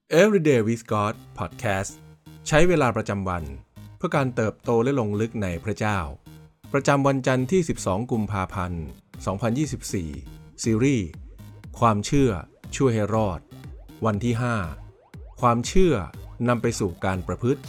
Everyday with God Podcast ใช้เวลาประจำวันเพื่อการเติบโตและลงลึกในพระเจ้าประจำวันจันทร์ที่12กุมภาพันธ์2024ซีรีส์ความเชื่อช่วยให้รอดวันที่5ความเชื่อนำไปสู่การประพฤติ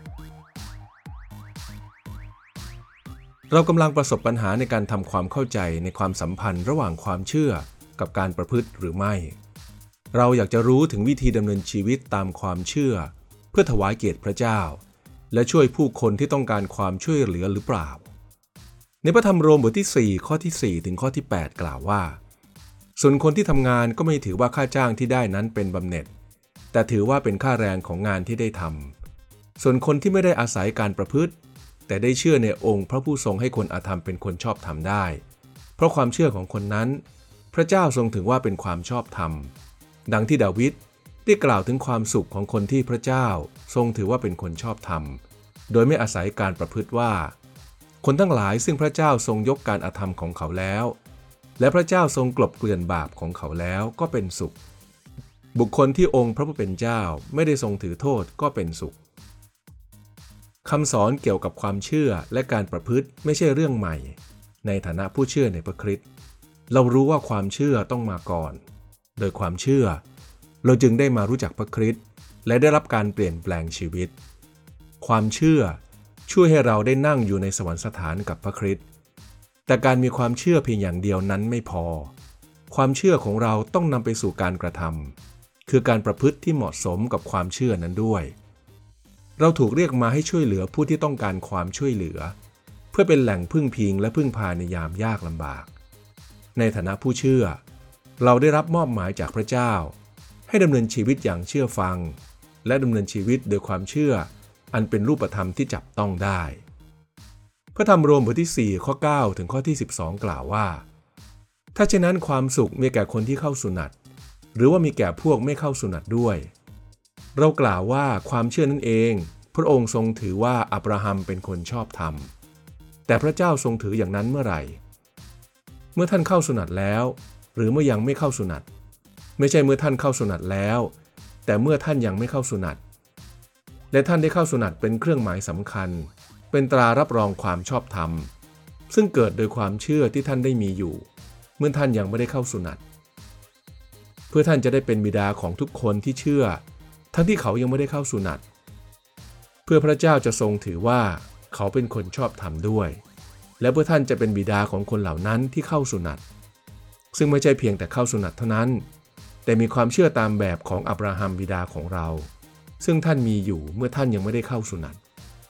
เรากำลังประสบปัญหาในการทำความเข้าใจในความสัมพันธ์ระหว่างความเชื่อกับการประพฤติหรือไม่เราอยากจะรู้ถึงวิธีดำเนินชีวิตตามความเชื่อเพื่อถวายเกียรติพระเจ้าและช่วยผู้คนที่ต้องการความช่วยเหลือหรือเปล่าในพระธรรมโรมบทที่4ข้อที่4ถึงข้อที่8กล่าวว่าส่วนคนที่ทำงานก็ไม่ถือว่าค่าจ้างที่ได้นั้นเป็นบำเหน็จแต่ถือว่าเป็นค่าแรงของงานที่ได้ทำส่วนคนที่ไม่ได้อาศัยการประพฤติแต่ได้เชื่อในองค์พระผู้ทรงให้คนอาธรรมเป็นคนชอบธรรมได้เพราะความเชื่อของคนนั้นพระเจ้าทรงถือว่าเป็นความชอบธรรมดังที่ดาวิดได้กล่าวถึงความสุขของคนที่พระเจ้าทรงถือว่าเป็นคนชอบธรรมโดยไม่อาศัยการประพฤติว่าคนทั้งหลายซึ่งพระเจ้าทรงยกการอธรรมของเขาแล้วและพระเจ้าทรงกลบเกลื่อนบาปของเขาแล้วก็เป็นสุขบุคคลที่องค์พระผู้เป็นเจ้าไม่ได้ทรงถือโทษก็เป็นสุขคำสอนเกี่ยวกับความเชื่อและการประพฤติไม่ใช่เรื่องใหม่ในฐานะผู้เชื่อในพระคริสต์เรารู้ว่าความเชื่อต้องมาก่อนโดยความเชื่อเราจึงได้มารู้จักพระคริสต์และได้รับการเปลี่ยนแปลงชีวิตความเชื่อช่วยให้เราได้นั่งอยู่ในสวรรคสถานกับพระคริสต์แต่การมีความเชื่อเพียงอย่างเดียวนั้นไม่พอความเชื่อของเราต้องนำไปสู่การกระทำคือการประพฤติที่เหมาะสมกับความเชื่อนั้นด้วยเราถูกเรียกมาให้ช่วยเหลือผู้ที่ต้องการความช่วยเหลือเพื่อเป็นแหล่งพึ่งพิงและพึ่งพาในยามยากลำบากในฐานะผู้เชื่อเราได้รับมอบหมายจากพระเจ้าให้ดำเนินชีวิตอย่างเชื่อฟังและดำเนินชีวิตโดยความเชื่ออันเป็นรูปธรรมที่จับต้องได้พระธรรมโรมบทที่4ข้อ9ถึงข้อที่12กล่าวว่าถ้าเช่นนั้นความสุขมีแก่คนที่เข้าสุนัตหรือว่ามีแก่พวกไม่เข้าสุนัตด้วยเรากล่าวว่าความเชื่อนั่นเองพระองค์ทรงถือว่าอับราฮัมเป็นคนชอบธรรมแต่พระเจ้าทรงถืออย่างนั้นเมื่อไหร่เมื่อท่านเข้าสุนัตแล้วหรือเมื่อยังไม่เข้าสุนัตไม่ใช่เมื่อท่านเข้าสุนัตแล้วแต่เมื่อท่านยังไม่เข้าสุนัตและท่านได้เข้าสุนัตเป็นเครื่องหมายสำคัญเป็นตรารับรองความชอบธรรมซึ่งเกิดโดยความเชื่อที่ท่านได้มีอยู่เมื่อท่านยังไม่ได้เข้าสุนัตเพื่อท่านจะได้เป็นบิดาของทุกคนที่เชื่อทั้งที่เขายังไม่ได้เข้าสุนัตเพื่อพระเจ้าจะทรงถือว่าเขาเป็นคนชอบธรรมด้วยและเพื่อท่านจะเป็นบิดาของคนเหล่านั้นที่เข้าสุนัตซึ่งไม่ใช่เพียงแต่เข้าสุนัตเท่านั้นแต่มีความเชื่อตามแบบของอับราฮัมบิดาของเราซึ่งท่านมีอยู่เมื่อท่านยังไม่ได้เข้าสุนัต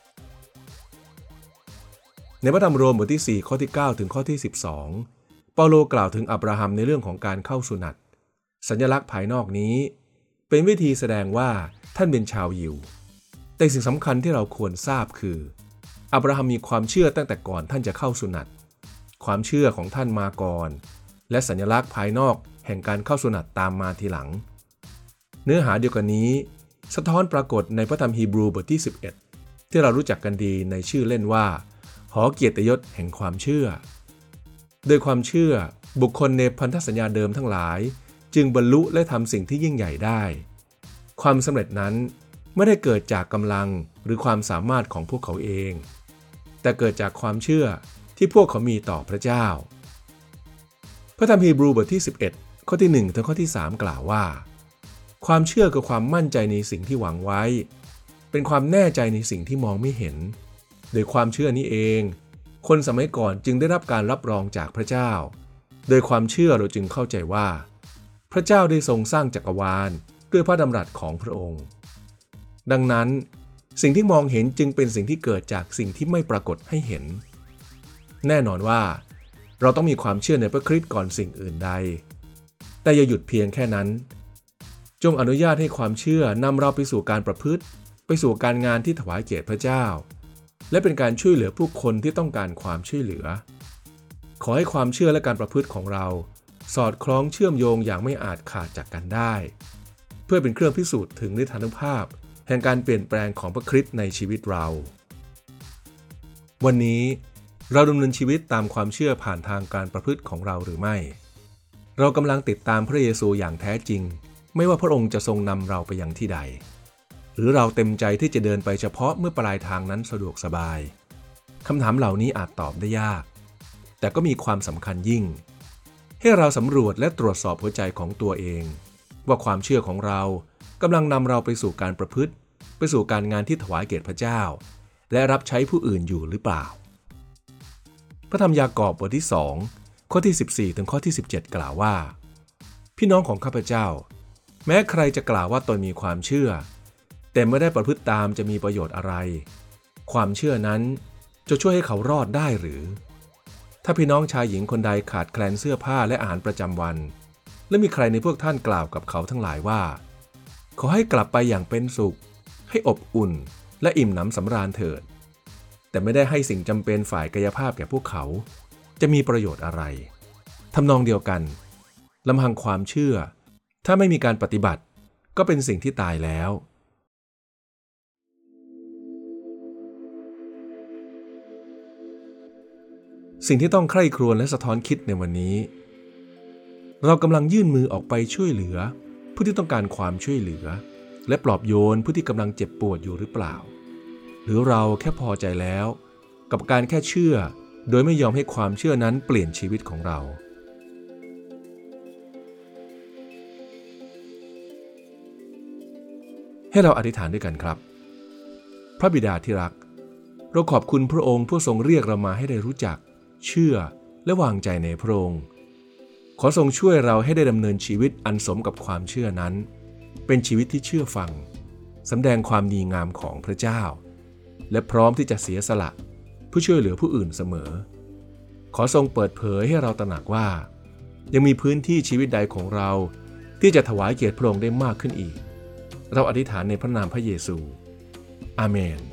ในพระธรรมโรมบทที่4ข้อที่9ถึงข้อที่12เปาโลกล่าวถึงอับราฮัมในเรื่องของการเข้าสุนัตสัญลักษณ์ภายนอกนี้เป็นวิธีแสดงว่าท่านเป็นชาวยิวแต่สิ่งสำคัญที่เราควรทราบคืออับราฮัมมีความเชื่อตั้งแต่ก่อนท่านจะเข้าสุนัตความเชื่อของท่านมาก่อนและสัญลักษณ์ภายนอกแห่งการเข้าสุนัตตามมาทีหลังเนื้อหาเดียวกันนี้สะท้อนปรากฏในพระธรรมฮีบรูบทที่11ที่เรารู้จักกันดีในชื่อเล่นว่าหอเกียรติยศแห่งความเชื่อโดยความเชื่อบุคคลในพันธสัญญาเดิมทั้งหลายจึงบรรลุและทำสิ่งที่ยิ่งใหญ่ได้ความสำเร็จนั้นไม่ได้เกิดจากกำลังหรือความสามารถของพวกเขาเองแต่เกิดจากความเชื่อที่พวกเขามีต่อพระเจ้าพระธรรมฮีบรูบทที่11ข้อที่1ถึงข้อที่3กล่าวว่าความเชื่อคือความมั่นใจในสิ่งที่หวังไว้เป็นความแน่ใจในสิ่งที่มองไม่เห็นโดยความเชื่อนี้เองคนสมัยก่อนจึงได้รับการรับรองจากพระเจ้าโดยความเชื่อเราจึงเข้าใจว่าพระเจ้าได้ทรงสร้างจักรวาลด้วยพระดำรัสของพระองค์ดังนั้นสิ่งที่มองเห็นจึงเป็นสิ่งที่เกิดจากสิ่งที่ไม่ปรากฏให้เห็นแน่นอนว่าเราต้องมีความเชื่อในพระคริสต์ก่อนสิ่งอื่นใดแต่อย่าหยุดเพียงแค่นั้นจงอนุญาตให้ความเชื่อนำเราไปสู่การประพฤติไปสู่การงานที่ถวายเกียรติพระเจ้าและเป็นการช่วยเหลือผู้คนที่ต้องการความช่วยเหลือขอให้ความเชื่อและการประพฤติของเราสอดคล้องเชื่อมโยงอย่างไม่อาจขาดจากกันได้เพื่อเป็นเครื่องพิสูจน์ถึงฤทธานุภาพแห่งการเปลี่ยนแปลงของพระคริสต์ในชีวิตเราวันนี้เราดำเนินชีวิตตามความเชื่อผ่านทางการประพฤติของเราหรือไม่เรากำลังติดตามพระเยซูอย่างแท้จริงไม่ว่าพระองค์จะทรงนำเราไปยังที่ใดหรือเราเต็มใจที่จะเดินไปเฉพาะเมื่อปลายทางนั้นสะดวกสบายคำถามเหล่านี้อาจตอบได้ยากแต่ก็มีความสำคัญยิ่งให้เราสำรวจและตรวจสอบหัวใจของตัวเองว่าความเชื่อของเรากำลังนำเราไปสู่การประพฤติไปสู่การงานที่ถวายแก่พระเจ้าและรับใช้ผู้อื่นอยู่หรือเปล่าพระธรรมยากอบบทที่2ข้อที่14ถึงข้อที่17กล่าวว่าพี่น้องของข้าพเจ้าแม้ใครจะกล่าวว่าตนมีความเชื่อแต่ไม่ได้ประพฤติตามจะมีประโยชน์อะไรความเชื่อนั้นจะช่วยให้เขารอดได้หรือถ้าพี่น้องชายหญิงคนใดขาดแคลนเสื้อผ้าและอาหารประจำวันและมีใครในพวกท่านกล่าวกับเขาทั้งหลายว่าขอให้กลับไปอย่างเป็นสุขให้อบอุ่นและอิ่มหนำสำราญเถิดแต่ไม่ได้ให้สิ่งจำเป็นฝ่ายกายภาพแก่พวกเขาจะมีประโยชน์อะไรทำนองเดียวกันลำพังความเชื่อถ้าไม่มีการปฏิบัติก็เป็นสิ่งที่ตายแล้วสิ่งที่ต้องใคร่ครวญและสะท้อนคิดในวันนี้เรากำลังยื่นมือออกไปช่วยเหลือผู้ที่ต้องการความช่วยเหลือและปลอบโยนผู้ที่กำลังเจ็บปวดอยู่หรือเปล่าหรือเราแค่พอใจแล้วกับการแค่เชื่อโดยไม่ยอมให้ความเชื่อนั้นเปลี่ยนชีวิตของเราให้เราอธิษฐานด้วยกันครับพระบิดาที่รักเราขอบคุณพระองค์ผู้ทรงเรียกเรามาให้ได้รู้จักเชื่อและวางใจในพระองค์ขอทรงช่วยเราให้ได้ดำเนินชีวิตอันสมกับความเชื่อนั้นเป็นชีวิตที่เชื่อฟังสำแดงความดีงามของพระเจ้าและพร้อมที่จะเสียสละเพื่อช่วยเหลือผู้อื่นเสมอขอทรงเปิดเผยให้เราตระหนักว่ายังมีพื้นที่ชีวิตใดของเราที่จะถวายเกียรติพระองค์ได้มากขึ้นอีกเราอธิษฐานในพระนามพระเยซูอาเมน